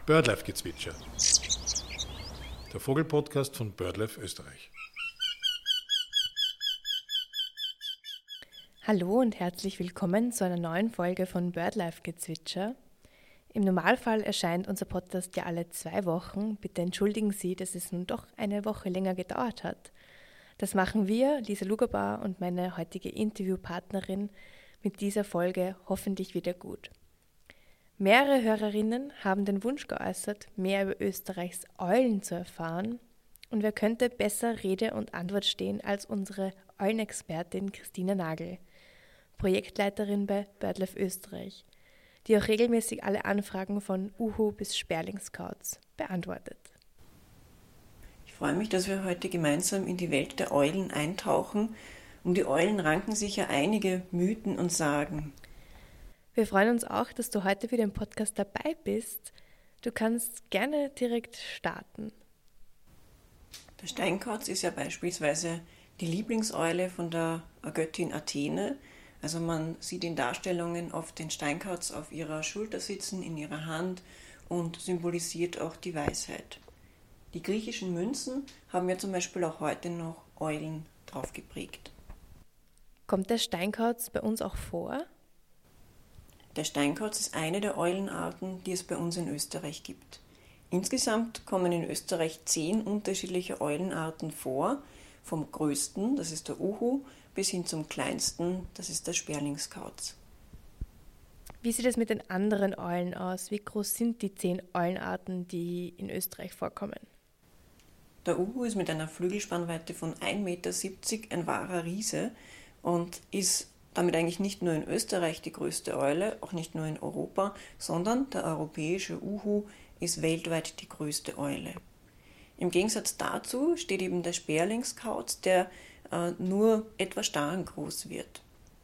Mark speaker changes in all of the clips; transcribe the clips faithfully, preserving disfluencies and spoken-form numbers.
Speaker 1: Birdlife-Gezwitscher, der Vogelpodcast von Birdlife Österreich.
Speaker 2: Hallo und herzlich willkommen zu einer neuen Folge von Birdlife-Gezwitscher. Im Normalfall erscheint unser Podcast ja alle zwei Wochen. Bitte entschuldigen Sie, dass es nun doch eine Woche länger gedauert hat. Das machen wir, Lisa Lugerbar und meine heutige Interviewpartnerin, mit dieser Folge hoffentlich wieder gut. Mehrere Hörerinnen haben den Wunsch geäußert, mehr über Österreichs Eulen zu erfahren. Und wer könnte besser Rede und Antwort stehen als unsere Eulenexpertin Christina Nagel, Projektleiterin bei BirdLife Österreich, die auch regelmäßig alle Anfragen von Uhu bis Sperlingskauts beantwortet.
Speaker 3: Ich freue mich, dass wir heute gemeinsam in die Welt der Eulen eintauchen. Um die Eulen ranken sich ja einige Mythen und Sagen.
Speaker 2: Wir freuen uns auch, dass du heute wieder im Podcast dabei bist. Du kannst gerne direkt starten.
Speaker 3: Der Steinkauz ist ja beispielsweise die Lieblingseule von der Göttin Athene. Also man sieht in Darstellungen oft den Steinkauz auf ihrer Schulter sitzen, in ihrer Hand und symbolisiert auch die Weisheit. Die griechischen Münzen haben ja zum Beispiel auch heute noch Eulen drauf geprägt.
Speaker 2: Kommt der Steinkauz bei uns auch vor?
Speaker 3: Der Steinkauz ist eine der Eulenarten, die es bei uns in Österreich gibt. Insgesamt kommen in Österreich zehn unterschiedliche Eulenarten vor, vom größten, das ist der Uhu, bis hin zum kleinsten, das ist der Sperlingskauz.
Speaker 2: Wie sieht es mit den anderen Eulen aus? Wie groß sind die zehn Eulenarten, die in Österreich vorkommen?
Speaker 3: Der Uhu ist mit einer Flügelspannweite von ein Meter siebzig ein wahrer Riese und ist damit eigentlich nicht nur in Österreich die größte Eule, auch nicht nur in Europa, sondern der europäische Uhu ist weltweit die größte Eule. Im Gegensatz dazu steht eben der Sperlingskauz, der äh, nur etwa starrengroß wird.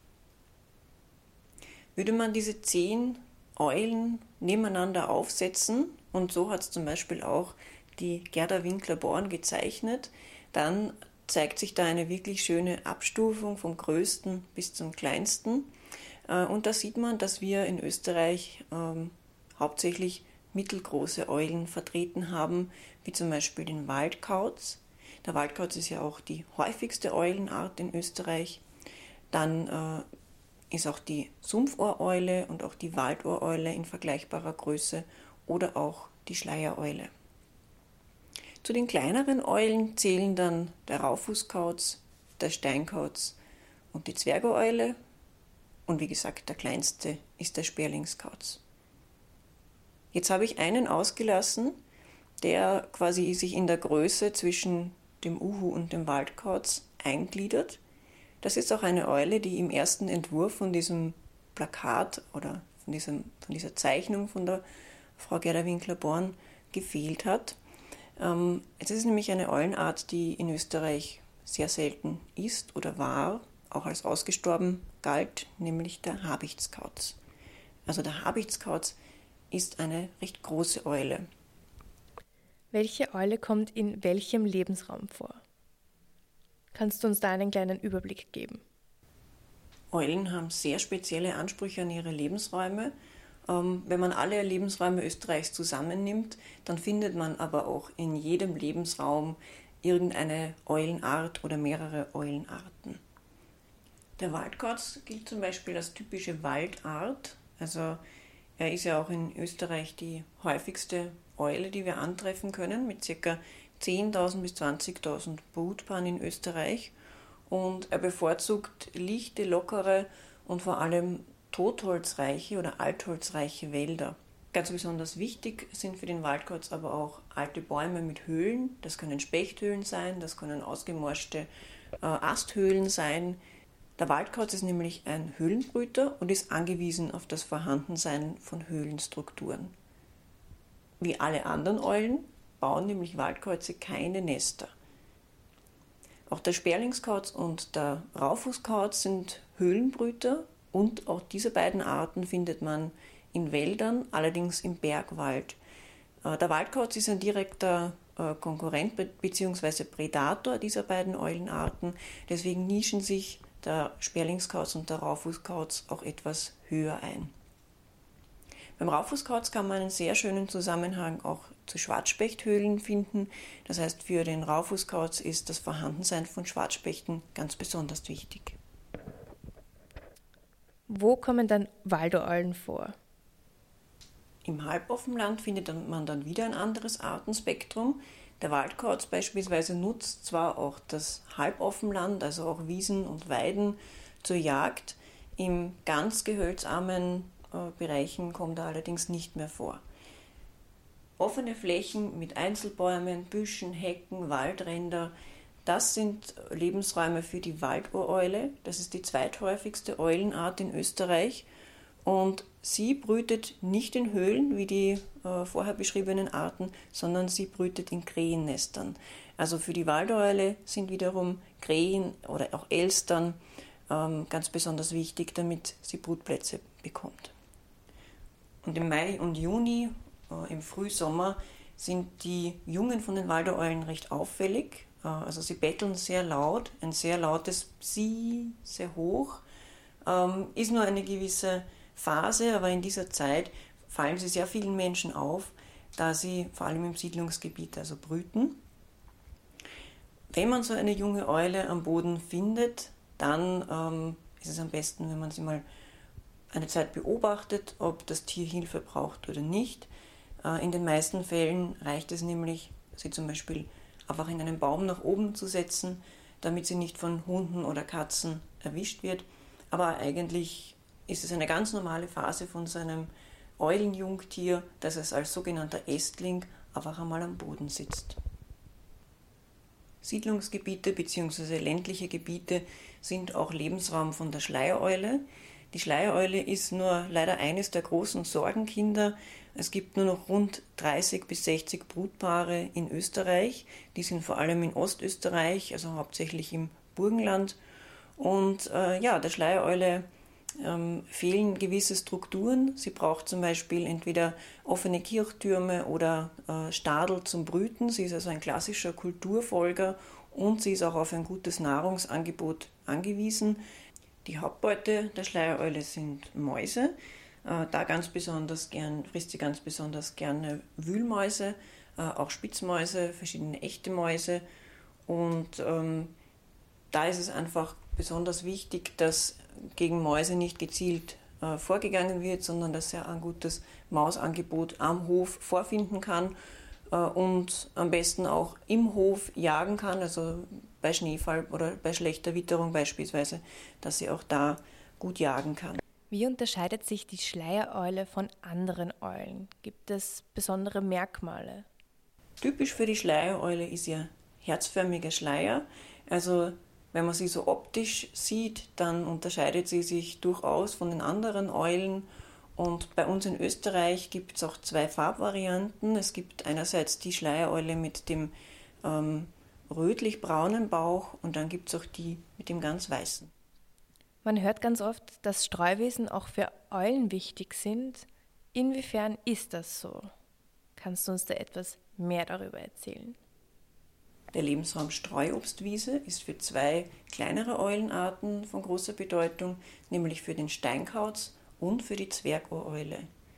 Speaker 3: Würde man diese zehn Eulen nebeneinander aufsetzen, und so hat es zum Beispiel auch die Gerda Winkler-Born gezeichnet, dann zeigt sich da eine wirklich schöne Abstufung vom größten bis zum kleinsten. Und da sieht man, dass wir in Österreich ähm, hauptsächlich mittelgroße Eulen vertreten haben, wie zum Beispiel den Waldkauz. Der Waldkauz ist ja auch die häufigste Eulenart in Österreich. Dann äh, ist auch die Sumpfohreule und auch die Waldohreule in vergleichbarer Größe oder auch die Schleiereule. Zu den kleineren Eulen zählen dann der Raufußkauz, der Steinkauz und die Zwergoeule. Und wie gesagt, der kleinste ist der Sperlingskauz. Jetzt habe ich einen ausgelassen, der quasi sich in der Größe zwischen dem Uhu und dem Waldkauz eingliedert. Das ist auch eine Eule, die im ersten Entwurf von diesem Plakat oder von, diesem, von dieser Zeichnung von der Frau Gerda Winkler-Born gefehlt hat. Ähm, es ist nämlich eine Eulenart, die in Österreich sehr selten ist oder war, auch als ausgestorben galt, nämlich der Habichtskauz. Also der Habichtskauz ist eine recht große Eule.
Speaker 2: Welche Eule kommt in welchem Lebensraum vor? Kannst du uns da einen kleinen Überblick geben?
Speaker 3: Eulen haben sehr spezielle Ansprüche an ihre Lebensräume. Wenn man alle Lebensräume Österreichs zusammennimmt, dann findet man aber auch in jedem Lebensraum irgendeine Eulenart oder mehrere Eulenarten. Der Waldkauz gilt zum Beispiel als typische Waldart. Also er ist ja auch in Österreich die häufigste Eule, die wir antreffen können, mit ca. zehntausend bis zwanzigtausend Brutpaaren in Österreich. Und er bevorzugt lichte, lockere und vor allem totholzreiche oder altholzreiche Wälder. Ganz besonders wichtig sind für den Waldkauz aber auch alte Bäume mit Höhlen. Das können Spechthöhlen sein, das können ausgemorschte äh, Asthöhlen sein. Der Waldkauz ist nämlich ein Höhlenbrüter und ist angewiesen auf das Vorhandensein von Höhlenstrukturen. Wie alle anderen Eulen bauen nämlich Waldkäuze keine Nester. Auch der Sperlingskauz und der Raufußkauz sind Höhlenbrüter. Und auch diese beiden Arten findet man in Wäldern, allerdings im Bergwald. Der Waldkauz ist ein direkter Konkurrent bzw. Prädator dieser beiden Eulenarten. Deswegen nischen sich der Sperlingskauz und der Raufußkauz auch etwas höher ein. Beim Raufußkauz kann man einen sehr schönen Zusammenhang auch zu Schwarzspechthöhlen finden. Das heißt, für den Raufußkauz ist das Vorhandensein von Schwarzspechten ganz besonders wichtig.
Speaker 2: Wo kommen dann Waldoeulen vor?
Speaker 3: Im Halboffenland findet man dann wieder ein anderes Artenspektrum. Der Waldkauz beispielsweise nutzt zwar auch das Halboffenland, also auch Wiesen und Weiden, zur Jagd. Im ganz gehölzarmen äh, Bereichen kommt er allerdings nicht mehr vor. Offene Flächen mit Einzelbäumen, Büschen, Hecken, Waldränder, das sind Lebensräume für die Waldohreule. Das ist die zweithäufigste Eulenart in Österreich. Und sie brütet nicht in Höhlen wie die äh, vorher beschriebenen Arten, sondern sie brütet in Krähennestern. Also für die Waldeule sind wiederum Krähen oder auch Elstern ähm, ganz besonders wichtig, damit sie Brutplätze bekommt. Und im Mai und Juni, äh, im Frühsommer, sind die Jungen von den Waldereulen recht auffällig. Äh, also sie betteln sehr laut, ein sehr lautes Psi, sehr hoch. Ähm, ist nur eine gewisse Phase, aber in dieser Zeit fallen sie sehr vielen Menschen auf, da sie vor allem im Siedlungsgebiet also brüten. Wenn man so eine junge Eule am Boden findet, dann ähm, ist es am besten, wenn man sie mal eine Zeit beobachtet, ob das Tier Hilfe braucht oder nicht. Äh, in den meisten Fällen reicht es nämlich, sie zum Beispiel einfach in einen Baum nach oben zu setzen, damit sie nicht von Hunden oder Katzen erwischt wird. Aber eigentlich ist es eine ganz normale Phase von so einem Eulenjungtier, dass es als sogenannter Ästling einfach einmal am Boden sitzt. Siedlungsgebiete bzw. ländliche Gebiete sind auch Lebensraum von der Schleiereule. Die Schleiereule ist nur leider eines der großen Sorgenkinder. Es gibt nur noch rund dreißig bis sechzig Brutpaare in Österreich. Die sind vor allem in Ostösterreich, also hauptsächlich im Burgenland. Und äh, ja, der Schleiereule ähm, fehlen gewisse Strukturen. Sie braucht zum Beispiel entweder offene Kirchtürme oder äh, Stadel zum Brüten. Sie ist also ein klassischer Kulturfolger und sie ist auch auf ein gutes Nahrungsangebot angewiesen. Die Hauptbeute der Schleiereule sind Mäuse. Äh, da ganz besonders gern, frisst sie ganz besonders gerne Wühlmäuse, äh, auch Spitzmäuse, verschiedene echte Mäuse. Und ähm, da ist es einfach besonders wichtig, dass gegen Mäuse nicht gezielt äh, vorgegangen wird, sondern dass er ein gutes Mausangebot am Hof vorfinden kann äh, und am besten auch im Hof jagen kann, also bei Schneefall oder bei schlechter Witterung beispielsweise, dass sie auch da gut jagen kann.
Speaker 2: Wie unterscheidet sich die Schleiereule von anderen Eulen? Gibt es besondere Merkmale?
Speaker 3: Typisch für die Schleiereule ist ihr herzförmiger Schleier. Also wenn man sie so optisch sieht, dann unterscheidet sie sich durchaus von den anderen Eulen. Und bei uns in Österreich gibt es auch zwei Farbvarianten. Es gibt einerseits die Schleiereule mit dem ähm, rötlich-braunen Bauch und dann gibt es auch die mit dem ganz weißen.
Speaker 2: Man hört ganz oft, dass Streuwiesen auch für Eulen wichtig sind. Inwiefern ist das so? Kannst du uns da etwas mehr darüber erzählen?
Speaker 3: Der Lebensraum Streuobstwiese ist für zwei kleinere Eulenarten von großer Bedeutung, nämlich für den Steinkauz und für die Zwergohreule.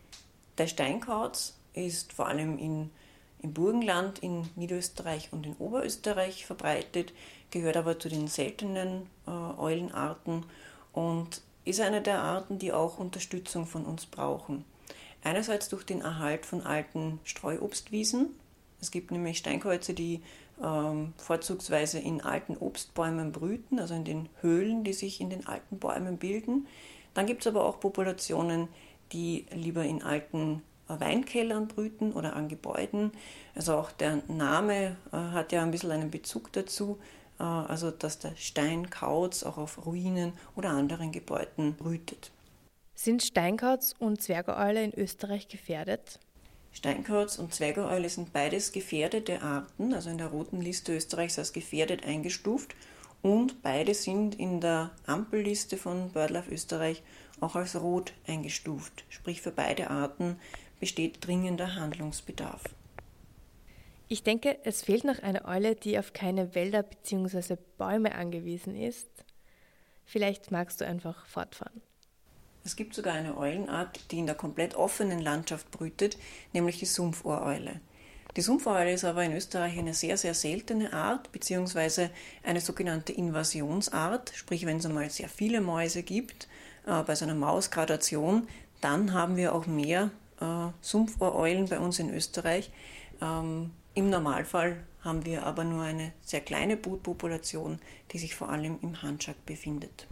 Speaker 3: Der Steinkauz ist vor allem in, im Burgenland, in Niederösterreich und in Oberösterreich verbreitet, gehört aber zu den seltenen äh, Eulenarten und ist eine der Arten, die auch Unterstützung von uns brauchen. Einerseits durch den Erhalt von alten Streuobstwiesen. Es gibt nämlich Steinkäuze, die ähm, vorzugsweise in alten Obstbäumen brüten, also in den Höhlen, die sich in den alten Bäumen bilden. Dann gibt es aber auch Populationen, die lieber in alten äh, Weinkellern brüten oder an Gebäuden. Also auch der Name äh, hat ja ein bisschen einen Bezug dazu, äh, also dass der Steinkauz auch auf Ruinen oder anderen Gebäuden brütet.
Speaker 2: Sind Steinkauz und Zwergoeule in Österreich gefährdet?
Speaker 3: Steinkauz und Zwergoeule sind beides gefährdete Arten, also in der roten Liste Österreichs als gefährdet eingestuft. Und beide sind in der Ampelliste von BirdLife Österreich auch als rot eingestuft. Sprich, für beide Arten besteht dringender Handlungsbedarf.
Speaker 2: Ich denke, es fehlt noch eine Eule, die auf keine Wälder bzw. Bäume angewiesen ist. Vielleicht magst du einfach fortfahren.
Speaker 3: Es gibt sogar eine Eulenart, die in der komplett offenen Landschaft brütet, nämlich die Sumpfohreule. Die Sumpfohreule ist aber in Österreich eine sehr, sehr seltene Art, beziehungsweise eine sogenannte Invasionsart, sprich wenn es einmal sehr viele Mäuse gibt, äh, bei so einer Mausgradation, dann haben wir auch mehr äh, Sumpfohreulen bei uns in Österreich. Ähm, Im Normalfall haben wir aber nur eine sehr kleine Brutpopulation, die sich vor allem im Handschlag befindet.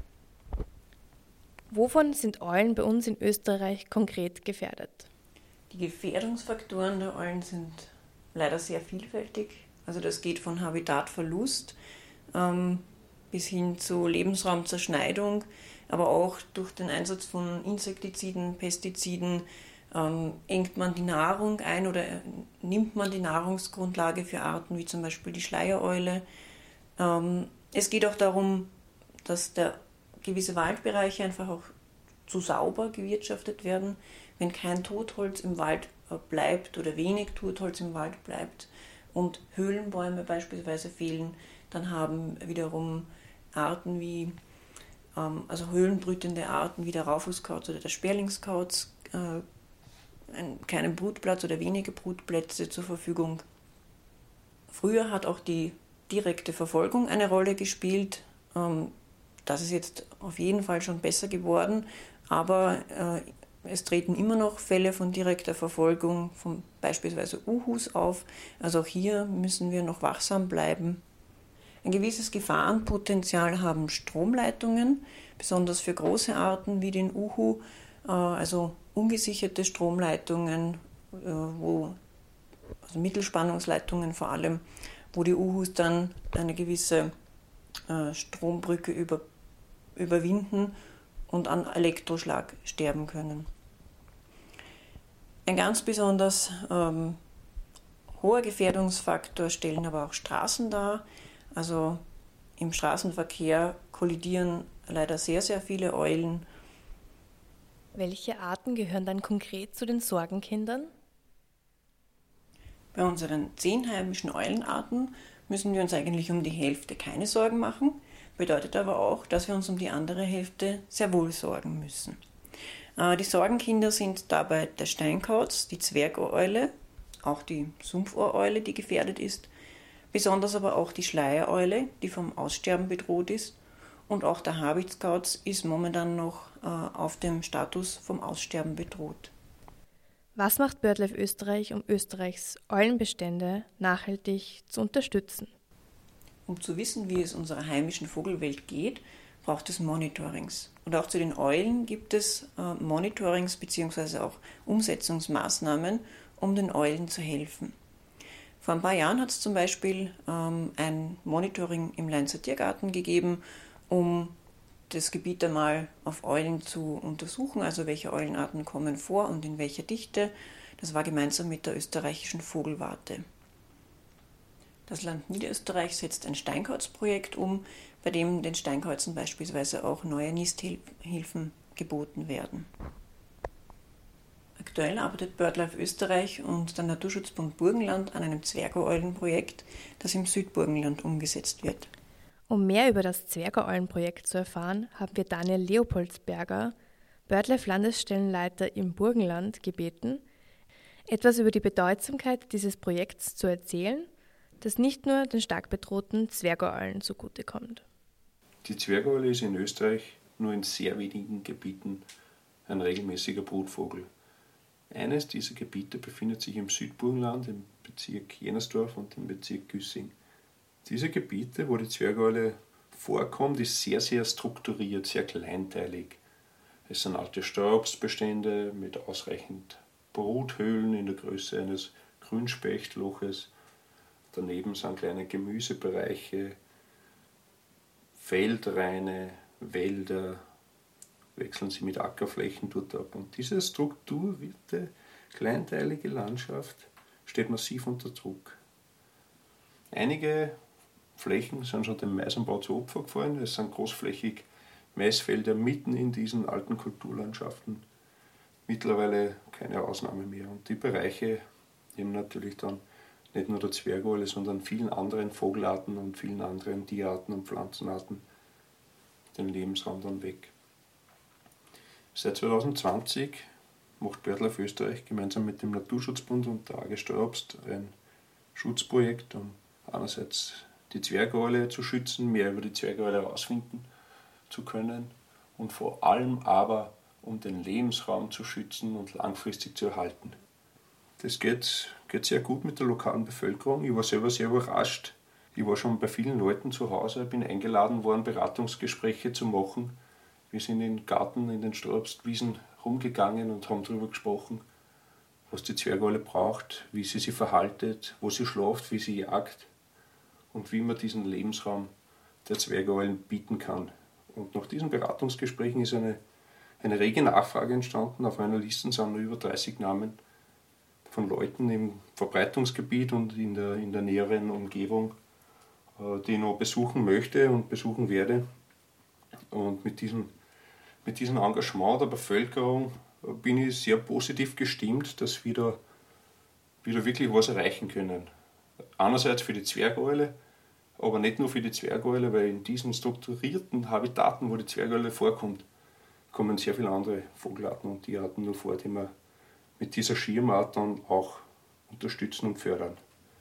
Speaker 2: Wovon sind Eulen bei uns in Österreich konkret gefährdet?
Speaker 3: Die Gefährdungsfaktoren der Eulen sind leider sehr vielfältig. Also das geht von Habitatverlust ähm, bis hin zu Lebensraumzerschneidung, aber auch durch den Einsatz von Insektiziden, Pestiziden ähm, engt man die Nahrung ein oder nimmt man die Nahrungsgrundlage für Arten wie zum Beispiel die Schleiereule. Ähm, es geht auch darum, dass der gewisse Waldbereiche einfach auch zu sauber gewirtschaftet werden. Wenn kein Totholz im Wald bleibt oder wenig Totholz im Wald bleibt und Höhlenbäume beispielsweise fehlen, dann haben wiederum Arten wie, ähm, also höhlenbrütende Arten wie der Raufußkauz oder der Sperlingskauz äh, einen, keinen Brutplatz oder wenige Brutplätze zur Verfügung. Früher hat auch die direkte Verfolgung eine Rolle gespielt. Ähm, das ist jetzt auf jeden Fall schon besser geworden, aber äh, es treten immer noch Fälle von direkter Verfolgung von beispielsweise Uhus auf. Also auch hier müssen wir noch wachsam bleiben. Ein gewisses Gefahrenpotenzial haben Stromleitungen, besonders für große Arten wie den Uhu, also ungesicherte Stromleitungen, wo, also Mittelspannungsleitungen vor allem, wo die Uhus dann eine gewisse Strombrücke über, überwinden und an Elektroschlag sterben können. Ein ganz besonders ähm, hoher Gefährdungsfaktor stellen aber auch Straßen dar. Also im Straßenverkehr kollidieren leider sehr, sehr viele Eulen.
Speaker 2: Welche Arten gehören dann konkret zu den Sorgenkindern?
Speaker 3: Bei unseren zehn heimischen Eulenarten müssen wir uns eigentlich um die Hälfte keine Sorgen machen. Bedeutet aber auch, dass wir uns um die andere Hälfte sehr wohl sorgen müssen. Die Sorgenkinder sind dabei der Steinkauz, die Zwergohreule, auch die Sumpfohreule, die gefährdet ist, besonders aber auch die Schleiereule, die vom Aussterben bedroht ist, und auch der Habichtskauz ist momentan noch auf dem Status vom Aussterben bedroht.
Speaker 2: Was macht BirdLife Österreich, um Österreichs Eulenbestände nachhaltig zu unterstützen?
Speaker 3: Um zu wissen, wie es unserer heimischen Vogelwelt geht, braucht es Monitorings. Und auch zu den Eulen gibt es äh, Monitorings bzw. auch Umsetzungsmaßnahmen, um den Eulen zu helfen. Vor ein paar Jahren hat es zum Beispiel ähm, ein Monitoring im Leinzer Tiergarten gegeben, um das Gebiet einmal auf Eulen zu untersuchen, also welche Eulenarten kommen vor und in welcher Dichte. Das war gemeinsam mit der österreichischen Vogelwarte. Das Land Niederösterreich setzt ein Steinkauzprojekt um, bei dem den Steinkäuzen beispielsweise auch neue Nisthilfen geboten werden. Aktuell arbeitet BirdLife Österreich und der Naturschutzbund Burgenland an einem Zwergeulenprojekt, das im Südburgenland umgesetzt wird.
Speaker 2: Um mehr über das Zwergeulenprojekt zu erfahren, haben wir Daniel Leopoldsberger, BirdLife-Landesstellenleiter im Burgenland, gebeten, etwas über die Bedeutsamkeit dieses Projekts zu erzählen, das nicht nur den stark bedrohten Zwergeulen zugutekommt.
Speaker 4: Die Zwergeule ist in Österreich nur in sehr wenigen Gebieten ein regelmäßiger Brutvogel. Eines dieser Gebiete befindet sich im Südburgenland, im Bezirk Jennersdorf und im Bezirk Güssing. Diese Gebiete, wo die Zwergeule vorkommt, ist sehr, sehr strukturiert, sehr kleinteilig. Es sind alte Steuerobstbestände mit ausreichend Bruthöhlen in der Größe eines Grünspechtloches. Daneben sind kleine Gemüsebereiche, Feldraine, Wälder, wechseln sie mit Ackerflächen dort ab. Und diese strukturierte, kleinteilige Landschaft steht massiv unter Druck. Einige Flächen sind schon dem Maisanbau zu Opfer gefallen. Es sind großflächig Maisfelder mitten in diesen alten Kulturlandschaften. Mittlerweile keine Ausnahme mehr. Und die Bereiche nehmen natürlich dann nicht nur der Zwergeule, sondern vielen anderen Vogelarten und vielen anderen Tierarten und Pflanzenarten den Lebensraum dann weg. Seit zwanzig zwanzig macht BirdLife Österreich gemeinsam mit dem Naturschutzbund und der A G Steuerbst ein Schutzprojekt, um einerseits die Zwergeule zu schützen, mehr über die Zwergeule herausfinden zu können und vor allem aber um den Lebensraum zu schützen und langfristig zu erhalten. Das geht, geht sehr gut mit der lokalen Bevölkerung. Ich war selber sehr überrascht. Ich war schon bei vielen Leuten zu Hause, bin eingeladen worden, Beratungsgespräche zu machen. Wir sind in den Garten, in den Steuerbstwiesen rumgegangen und haben darüber gesprochen, was die Zwergeule braucht, wie sie sich verhaltet, wo sie schläft, wie sie jagt und wie man diesen Lebensraum der Zwergeulen bieten kann. Und nach diesen Beratungsgesprächen ist eine, eine rege Nachfrage entstanden. Auf meiner Liste sind noch über dreißig Namen von Leuten im Verbreitungsgebiet und in der, in der näheren Umgebung, die ich noch besuchen möchte und besuchen werde. Und mit diesem, mit diesem Engagement der Bevölkerung bin ich sehr positiv gestimmt, dass wir da, wir da wirklich was erreichen können. Einerseits für die Zwergeule, aber nicht nur für die Zwergeule, weil in diesen strukturierten Habitaten, wo die Zwergeule vorkommt, kommen sehr viele andere Vogelarten und Tierarten nur vor, die wir mit dieser Schirmart dann auch unterstützen und fördern.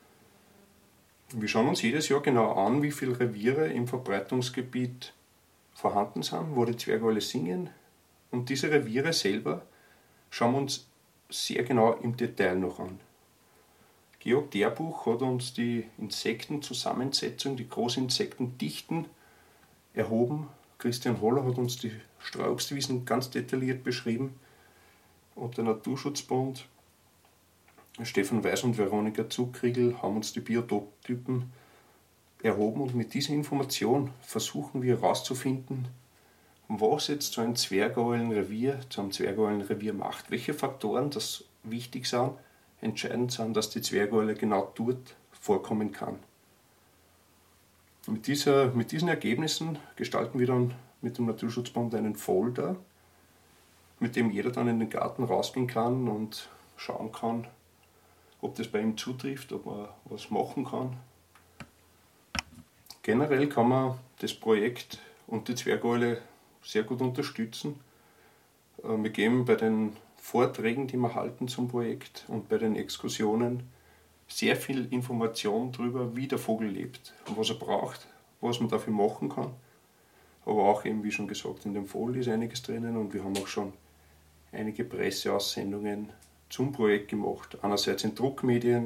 Speaker 4: Wir schauen uns jedes Jahr genau an, wie viele Reviere im Verbreitungsgebiet vorhanden sind, wo die Zwergeule singen. Und diese Reviere selber schauen wir uns sehr genau im Detail noch an. Georg Derbuch hat uns die Insektenzusammensetzung, die Großinsektendichten erhoben. Christian Holler hat uns die Streuobstwiesen ganz detailliert beschrieben. Und der Naturschutzbund, Stefan Weiß und Veronika Zugriegel haben uns die Biotoptypen erhoben. Und mit dieser Information versuchen wir herauszufinden, was jetzt so ein Zwergeulenrevier zu einem Zwergeulenrevier macht. Welche Faktoren das wichtig sind, entscheidend sind, dass die Zwergeule genau dort vorkommen kann. Mit, dieser, mit diesen Ergebnissen gestalten wir dann mit dem Naturschutzbund einen Folder, mit dem jeder dann in den Garten rausgehen kann und schauen kann, ob das bei ihm zutrifft, ob man was machen kann. Generell kann man das Projekt und die Zwergeule sehr gut unterstützen. Wir geben bei den Vorträgen, die wir halten zum Projekt und bei den Exkursionen sehr viel Information darüber, wie der Vogel lebt und was er braucht, was man dafür machen kann. Aber auch eben, wie schon gesagt, in dem Folder ist einiges drinnen und wir haben auch schon einige Presseaussendungen zum Projekt gemacht. Einerseits in Druckmedien,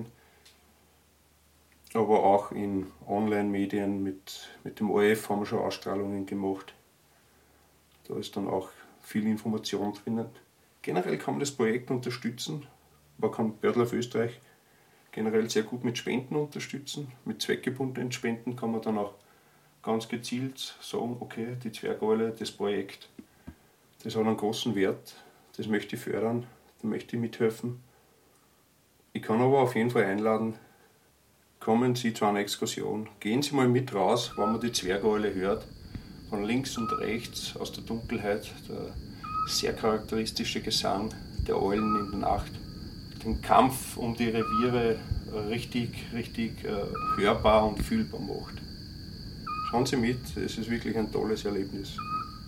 Speaker 4: aber auch in Online-Medien. Mit, mit dem O R F haben wir schon Ausstrahlungen gemacht. Da ist dann auch viel Information drinnen. Generell kann man das Projekt unterstützen. Man kann BirdLife Österreich generell sehr gut mit Spenden unterstützen. Mit zweckgebundenen Spenden kann man dann auch ganz gezielt sagen, okay, die Zwergeule, das Projekt, das hat einen großen Wert, das möchte ich fördern, da möchte ich mithelfen. Ich kann aber auf jeden Fall einladen, kommen Sie zu einer Exkursion, gehen Sie mal mit raus, wenn man die Zwergeule hört, von links und rechts aus der Dunkelheit, der sehr charakteristische Gesang der Eulen in der Nacht, den Kampf um die Reviere richtig, richtig äh, hörbar und fühlbar macht. Schauen Sie mit, es ist wirklich ein tolles Erlebnis.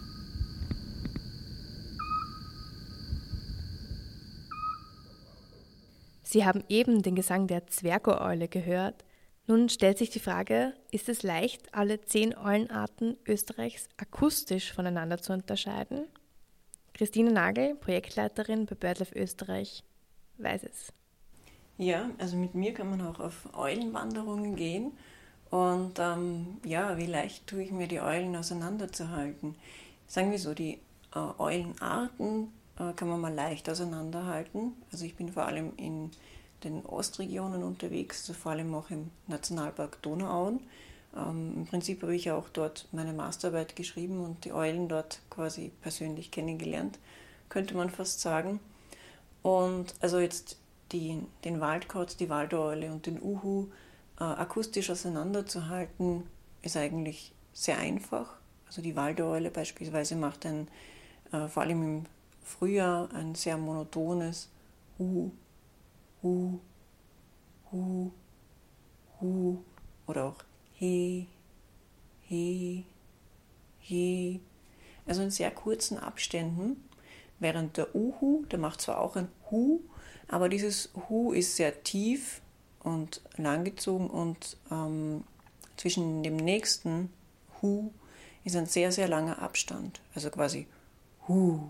Speaker 2: Sie haben eben den Gesang der Zwergeule gehört. Nun stellt sich die Frage, ist es leicht, alle zehn Eulenarten Österreichs akustisch voneinander zu unterscheiden? Christine Nagel, Projektleiterin bei BirdLife Österreich, weiß es.
Speaker 3: Ja, also mit mir kann man auch auf Eulenwanderungen gehen und ähm, ja, wie leicht tue ich mir die Eulen auseinanderzuhalten. Sagen wir so, die äh, Eulenarten äh, kann man mal leicht auseinanderhalten. Also ich bin vor allem in den Ostregionen unterwegs, also vor allem auch im Nationalpark Donauauen. Ähm, Im Prinzip habe ich auch dort meine Masterarbeit geschrieben und die Eulen dort quasi persönlich kennengelernt, könnte man fast sagen. Und also jetzt die, den Waldkauz, die Waldeule und den Uhu äh, akustisch auseinanderzuhalten, ist eigentlich sehr einfach. Also die Waldeule beispielsweise macht ein, äh, vor allem im Frühjahr ein sehr monotones Hu, Hu, Hu, Hu oder auch He, He, He. Also in sehr kurzen Abständen. während der Uhu, der macht zwar auch ein Hu, aber dieses Hu ist sehr tief und langgezogen und ähm, zwischen dem nächsten Hu ist ein sehr, sehr langer Abstand. Also quasi Hu.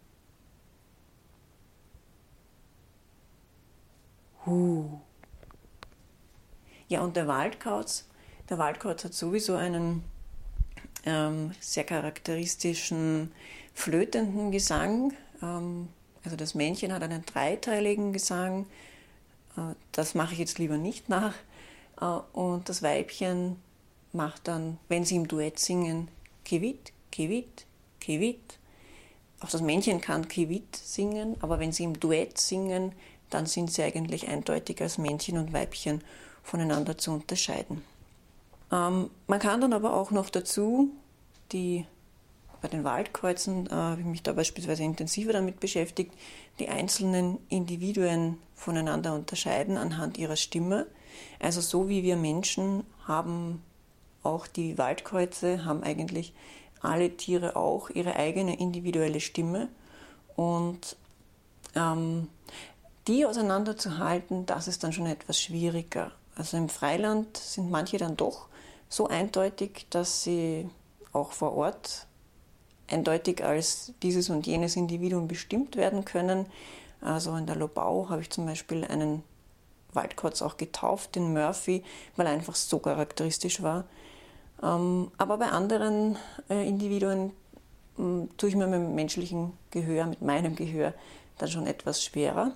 Speaker 3: Hu. Ja, und der Waldkauz, der Waldkauz hat sowieso einen ähm, sehr charakteristischen flötenden Gesang. Ähm, also das Männchen hat einen dreiteiligen Gesang. Äh, das mache ich jetzt lieber nicht nach. Äh, und das Weibchen macht dann, wenn sie im Duett singen, Kivit, Kivit, Kivit. Auch das Männchen kann Kivit singen, aber wenn sie im Duett singen, dann sind sie eigentlich eindeutig als Männchen und Weibchen voneinander zu unterscheiden. Ähm, man kann dann aber auch noch dazu, die, bei den Waldkäuzen äh, habe ich mich da beispielsweise intensiver damit beschäftigt, die einzelnen Individuen voneinander unterscheiden anhand ihrer Stimme. Also so wie wir Menschen haben auch die Waldkäuze, haben eigentlich alle Tiere auch ihre eigene individuelle Stimme. Und ähm, die auseinanderzuhalten, das ist dann schon etwas schwieriger. Also im Freiland sind manche dann doch so eindeutig, dass sie auch vor Ort eindeutig als dieses und jenes Individuum bestimmt werden können. Also in der Lobau habe ich zum Beispiel einen Waldkauz auch getauft, den Murphy, weil er einfach so charakteristisch war. Aber bei anderen Individuen tue ich mir mit dem menschlichen Gehör, mit meinem Gehör, dann schon etwas schwerer.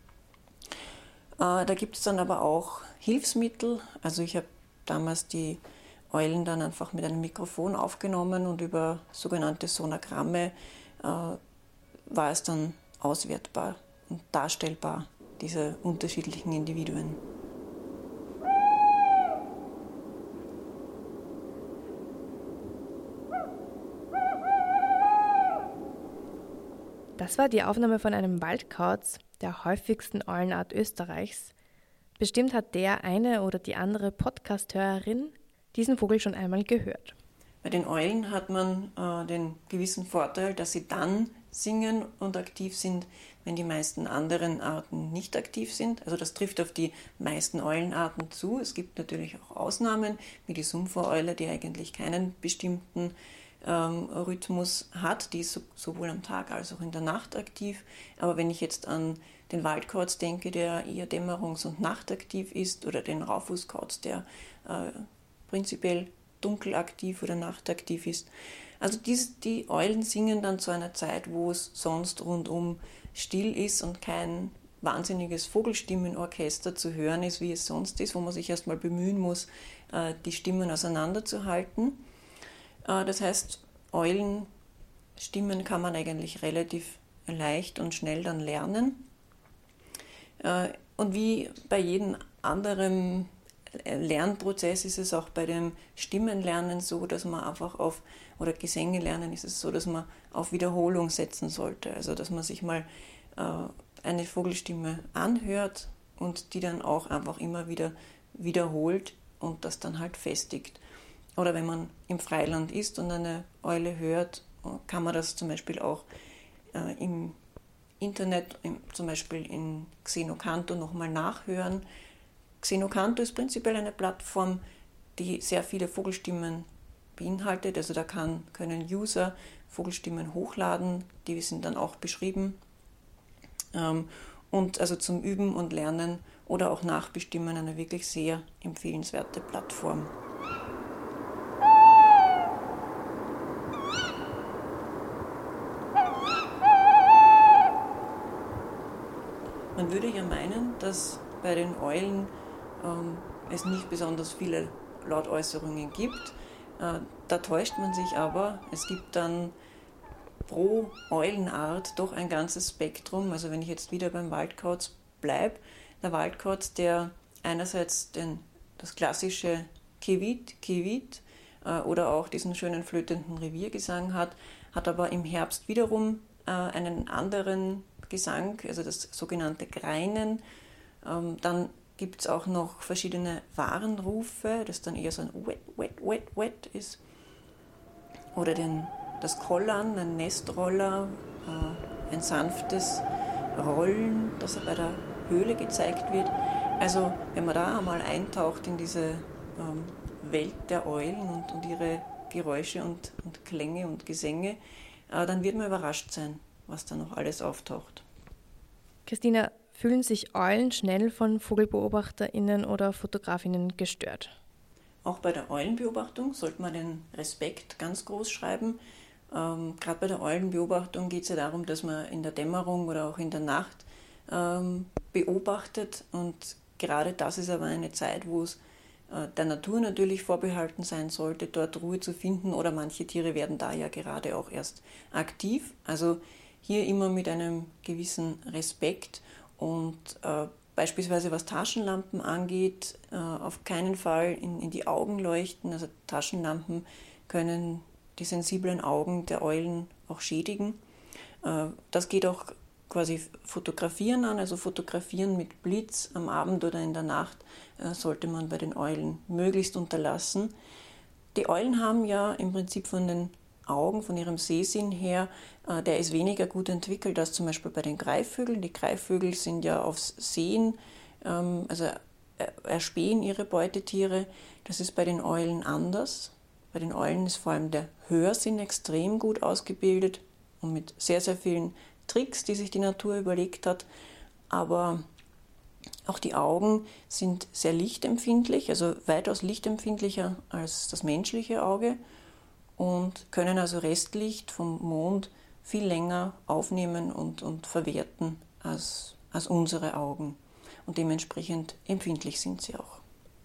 Speaker 3: Da gibt es dann aber auch Hilfsmittel. Also ich habe damals die Eulen dann einfach mit einem Mikrofon aufgenommen und über sogenannte Sonogramme äh, war es dann auswertbar und darstellbar, diese unterschiedlichen Individuen.
Speaker 2: Das war die Aufnahme von einem Waldkauz, der häufigsten Eulenart Österreichs. Bestimmt hat der eine oder die andere Podcast-Hörerin diesen Vogel schon einmal gehört.
Speaker 3: Bei den Eulen hat man äh, den gewissen Vorteil, dass sie dann singen und aktiv sind, wenn die meisten anderen Arten nicht aktiv sind. Also das trifft auf die meisten Eulenarten zu. Es gibt natürlich auch Ausnahmen, wie die Sumpfereule, die eigentlich keinen bestimmten ähm, Rhythmus hat. Die ist so, sowohl am Tag als auch in der Nacht aktiv. Aber wenn ich jetzt an den Waldkauz denke, der eher dämmerungs- und nachtaktiv ist, oder den Raufußkauz, der äh, prinzipiell dunkelaktiv oder nachtaktiv ist. Also dies, die Eulen singen dann zu einer Zeit, wo es sonst rundum still ist und kein wahnsinniges Vogelstimmenorchester zu hören ist, wie es sonst ist, wo man sich erstmal bemühen muss, die Stimmen auseinanderzuhalten. Das heißt, Eulenstimmen kann man eigentlich relativ leicht und schnell dann lernen. Und wie bei jedem anderen Lernprozess ist es auch bei dem Stimmenlernen so, dass man einfach auf, oder Gesänge lernen ist es so, dass man auf Wiederholung setzen sollte. Also dass man sich mal äh, eine Vogelstimme anhört und die dann auch einfach immer wieder wiederholt und das dann halt festigt. Oder wenn man im Freiland ist und eine Eule hört, kann man das zum Beispiel auch äh, im Internet, im, zum Beispiel in Xenocanto nochmal nachhören. Xenocanto ist prinzipiell eine Plattform, die sehr viele Vogelstimmen beinhaltet. Also da kann, können User Vogelstimmen hochladen, die sind dann auch beschrieben. Ähm, und also zum Üben und Lernen oder auch Nachbestimmen eine wirklich sehr empfehlenswerte Plattform. Man würde ja meinen, dass bei den Eulen ähm, es nicht besonders viele Lautäußerungen gibt. Äh, da täuscht man sich aber. Es gibt dann pro Eulenart doch ein ganzes Spektrum. Also wenn ich jetzt wieder beim Waldkauz bleibe, der Waldkauz, der einerseits den, das klassische Kivit, Kivit äh, oder auch diesen schönen flötenden Reviergesang hat, hat aber im Herbst wiederum äh, einen anderen Gesang, also das sogenannte Greinen. Ähm, dann gibt es auch noch verschiedene Warnrufe, das dann eher so ein Wet, Wet, Wet, Wet ist. Oder den, das Kollern, ein Nestroller, äh, ein sanftes Rollen, das bei der Höhle gezeigt wird. Also wenn man da einmal eintaucht in diese ähm, Welt der Eulen und, und ihre Geräusche und, und Klänge und Gesänge, äh, dann wird man überrascht sein, was da noch alles auftaucht.
Speaker 2: Christina, fühlen sich Eulen schnell von VogelbeobachterInnen oder FotografInnen gestört?
Speaker 3: Auch bei der Eulenbeobachtung sollte man den Respekt ganz groß schreiben. Ähm, Gerade bei der Eulenbeobachtung geht es ja darum, dass man in der Dämmerung oder auch in der Nacht ähm, beobachtet. Und gerade das ist aber eine Zeit, wo es äh, der Natur natürlich vorbehalten sein sollte, dort Ruhe zu finden. Oder manche Tiere werden da ja gerade auch erst aktiv. Also hier immer mit einem gewissen Respekt und äh, beispielsweise was Taschenlampen angeht, äh, auf keinen Fall in, in die Augen leuchten. Also Taschenlampen können die sensiblen Augen der Eulen auch schädigen. Äh, das geht auch quasi Fotografieren an, also Fotografieren mit Blitz am Abend oder in der Nacht äh, sollte man bei den Eulen möglichst unterlassen. Die Eulen haben ja im Prinzip von den Augen, von ihrem Sehsinn her, äh, der ist weniger gut entwickelt als zum Beispiel bei den Greifvögeln. Die Greifvögel sind ja aufs Sehen, ähm, also erspähen ihre Beutetiere. Das ist bei den Eulen anders. Bei den Eulen ist vor allem der Hörsinn extrem gut ausgebildet und mit sehr, sehr vielen Tricks, die sich die Natur überlegt hat. Aber auch die Augen sind sehr lichtempfindlich, also weitaus lichtempfindlicher als das menschliche Auge, und können also Restlicht vom Mond viel länger aufnehmen und, und verwerten als, als unsere Augen. Und dementsprechend empfindlich sind sie auch.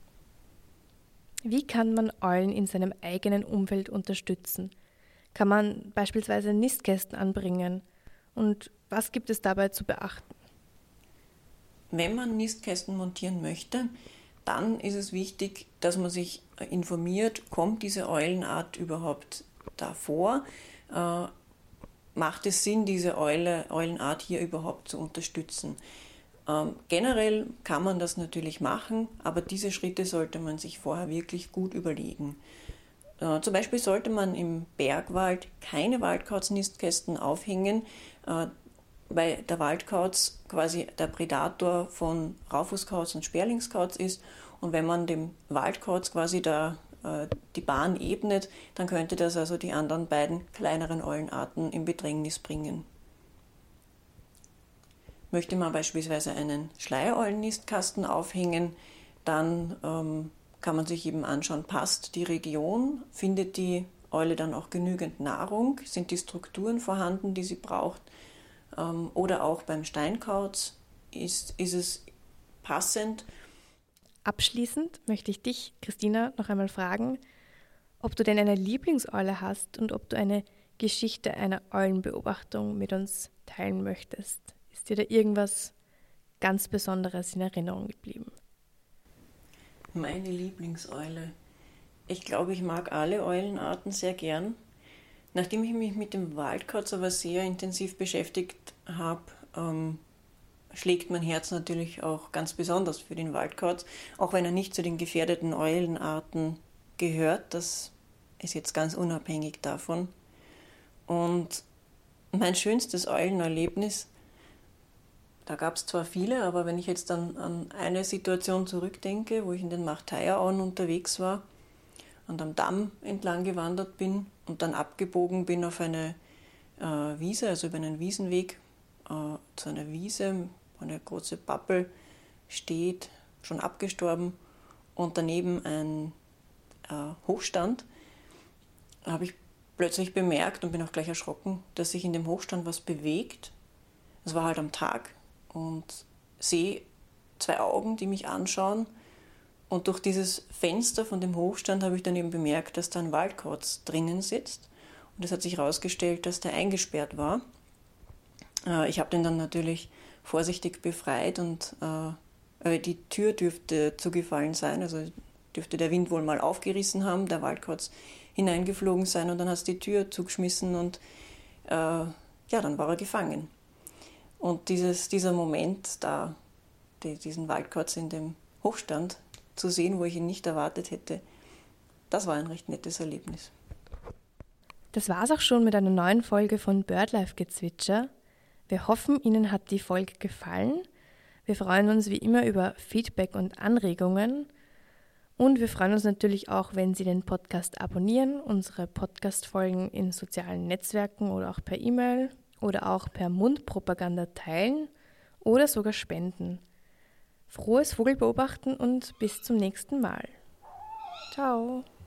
Speaker 2: Wie kann man Eulen in seinem eigenen Umfeld unterstützen? Kann man beispielsweise Nistkästen anbringen? Und was gibt es dabei zu beachten?
Speaker 3: Wenn man Nistkästen montieren möchte, dann ist es wichtig, dass man sich informiert, kommt diese Eulenart überhaupt da vor? Äh, macht es Sinn, diese Eule, Eulenart hier überhaupt zu unterstützen? Ähm, generell kann man das natürlich machen, aber diese Schritte sollte man sich vorher wirklich gut überlegen. Äh, zum Beispiel sollte man im Bergwald keine Waldkauz-Nistkästen aufhängen, äh, weil der Waldkauz quasi der Prädator von Raufußkauz und Sperlingskauz ist. Und wenn man dem Waldkauz quasi da äh, die Bahn ebnet, dann könnte das also die anderen beiden kleineren Eulenarten in Bedrängnis bringen. Möchte man beispielsweise einen Schleiereulen-Nistkasten aufhängen, dann ähm, kann man sich eben anschauen, passt die Region, findet die Eule dann auch genügend Nahrung, sind die Strukturen vorhanden, die sie braucht. Oder auch beim Steinkauz ist, ist es passend.
Speaker 2: Abschließend möchte ich dich, Christina, noch einmal fragen, ob du denn eine Lieblingseule hast und ob du eine Geschichte einer Eulenbeobachtung mit uns teilen möchtest. Ist dir da irgendwas ganz Besonderes in Erinnerung geblieben?
Speaker 3: Meine Lieblingseule. Ich glaube, ich mag alle Eulenarten sehr gern. Nachdem ich mich mit dem Waldkauz aber sehr intensiv beschäftigt habe, ähm, schlägt mein Herz natürlich auch ganz besonders für den Waldkauz, auch wenn er nicht zu den gefährdeten Eulenarten gehört. Das ist jetzt ganz unabhängig davon. Und mein schönstes Eulenerlebnis, da gab es zwar viele, aber wenn ich jetzt dann an eine Situation zurückdenke, wo ich in den Marteierauen unterwegs war und am Damm entlang gewandert bin und dann abgebogen bin auf eine äh, Wiese, also über einen Wiesenweg äh, zu einer Wiese, wo eine große Pappel steht, schon abgestorben, und daneben ein äh, Hochstand, habe ich plötzlich bemerkt und bin auch gleich erschrocken, dass sich in dem Hochstand was bewegt. Es war halt am Tag und sehe zwei Augen, die mich anschauen. Und durch dieses Fenster von dem Hochstand habe ich dann eben bemerkt, dass da ein Waldkauz drinnen sitzt. Und es hat sich herausgestellt, dass der eingesperrt war. Äh, ich habe den dann natürlich vorsichtig befreit und äh, die Tür dürfte zugefallen sein. Also dürfte der Wind wohl mal aufgerissen haben, der Waldkauz hineingeflogen sein, und dann hat es die Tür zugeschmissen und äh, ja, dann war er gefangen. Und dieses, dieser Moment, da die, diesen Waldkauz in dem Hochstand zu sehen, wo ich ihn nicht erwartet hätte, das war ein recht nettes Erlebnis.
Speaker 2: Das war's auch schon mit einer neuen Folge von BirdLife Gezwitscher. Wir hoffen, Ihnen hat die Folge gefallen. Wir freuen uns wie immer über Feedback und Anregungen. Und wir freuen uns natürlich auch, wenn Sie den Podcast abonnieren, unsere Podcast-Folgen in sozialen Netzwerken oder auch per E-Mail oder auch per Mundpropaganda teilen oder sogar spenden. Frohes Vogelbeobachten und bis zum nächsten Mal. Ciao!